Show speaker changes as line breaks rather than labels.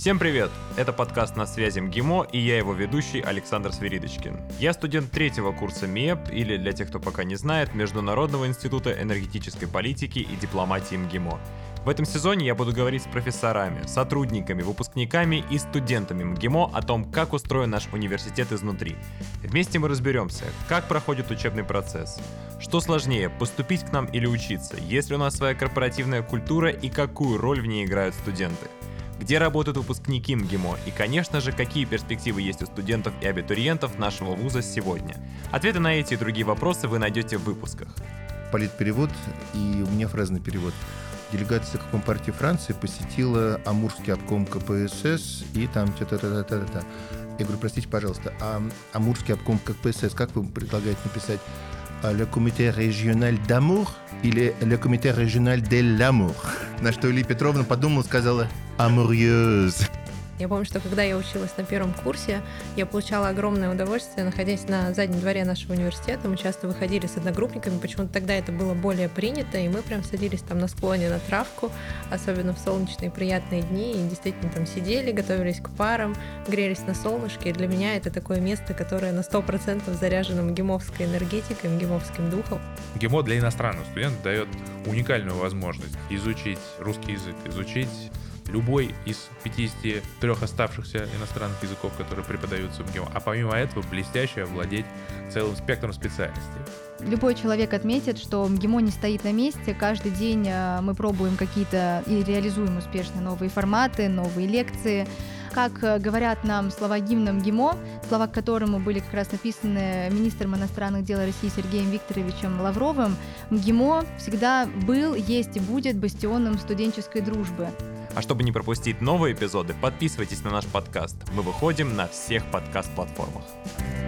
Всем привет! Это подкаст «На связи МГИМО» и я его ведущий Александр Свиридочкин. Я студент третьего курса МИЭП, или для тех, кто пока не знает, Международного института энергетической политики и дипломатии МГИМО. В этом сезоне я буду говорить с профессорами, сотрудниками, выпускниками и студентами МГИМО о том, как устроен наш университет изнутри. Вместе мы разберемся, как проходит учебный процесс, что сложнее, поступить к нам или учиться, есть ли у нас своя корпоративная культура и какую роль в ней играют студенты, где работают выпускники МГИМО и, конечно же, какие перспективы есть у студентов и абитуриентов нашего вуза сегодня. Ответы на эти и другие вопросы вы найдете в выпусках.
Политперевод, и у меня фразный перевод. Делегация Компартии Франции посетила Амурский обком КПСС и там та-та-та-та-та-та. Я говорю, простите, пожалуйста, а Амурский обком КПСС, как вы предлагаете написать? Le Comité Régional d'Amour или Le Comité Régional de l'Amour? На что Илья Петровна подумала, сказала «Амурьёз».
Я помню, что когда я училась на первом курсе, я получала огромное удовольствие, находясь на заднем дворе нашего университета. Мы часто выходили с одногруппниками, почему-то тогда это было более принято, и мы прям садились там на склоне на травку, особенно в солнечные приятные дни, и действительно там сидели, готовились к парам, грелись на солнышке. И для меня это такое место, которое на 100% заряжено МГИМОвской энергетикой, МГИМОвским духом.
МГИМО для иностранных студентов дает уникальную возможность изучить русский язык, изучить любой из 53 оставшихся иностранных языков, которые преподаются в МГИМО, а помимо этого блестяще овладеть целым спектром специальностей.
Любой человек отметит, что МГИМО не стоит на месте. Каждый день мы пробуем какие-то и реализуем успешно новые форматы, новые лекции. Как говорят нам слова гимна МГИМО, слова к которому были как раз написаны министром иностранных дел России Сергеем Викторовичем Лавровым, МГИМО всегда был, есть и будет бастионом студенческой дружбы.
А чтобы не пропустить новые эпизоды, подписывайтесь на наш подкаст. Мы выходим на всех подкаст-платформах.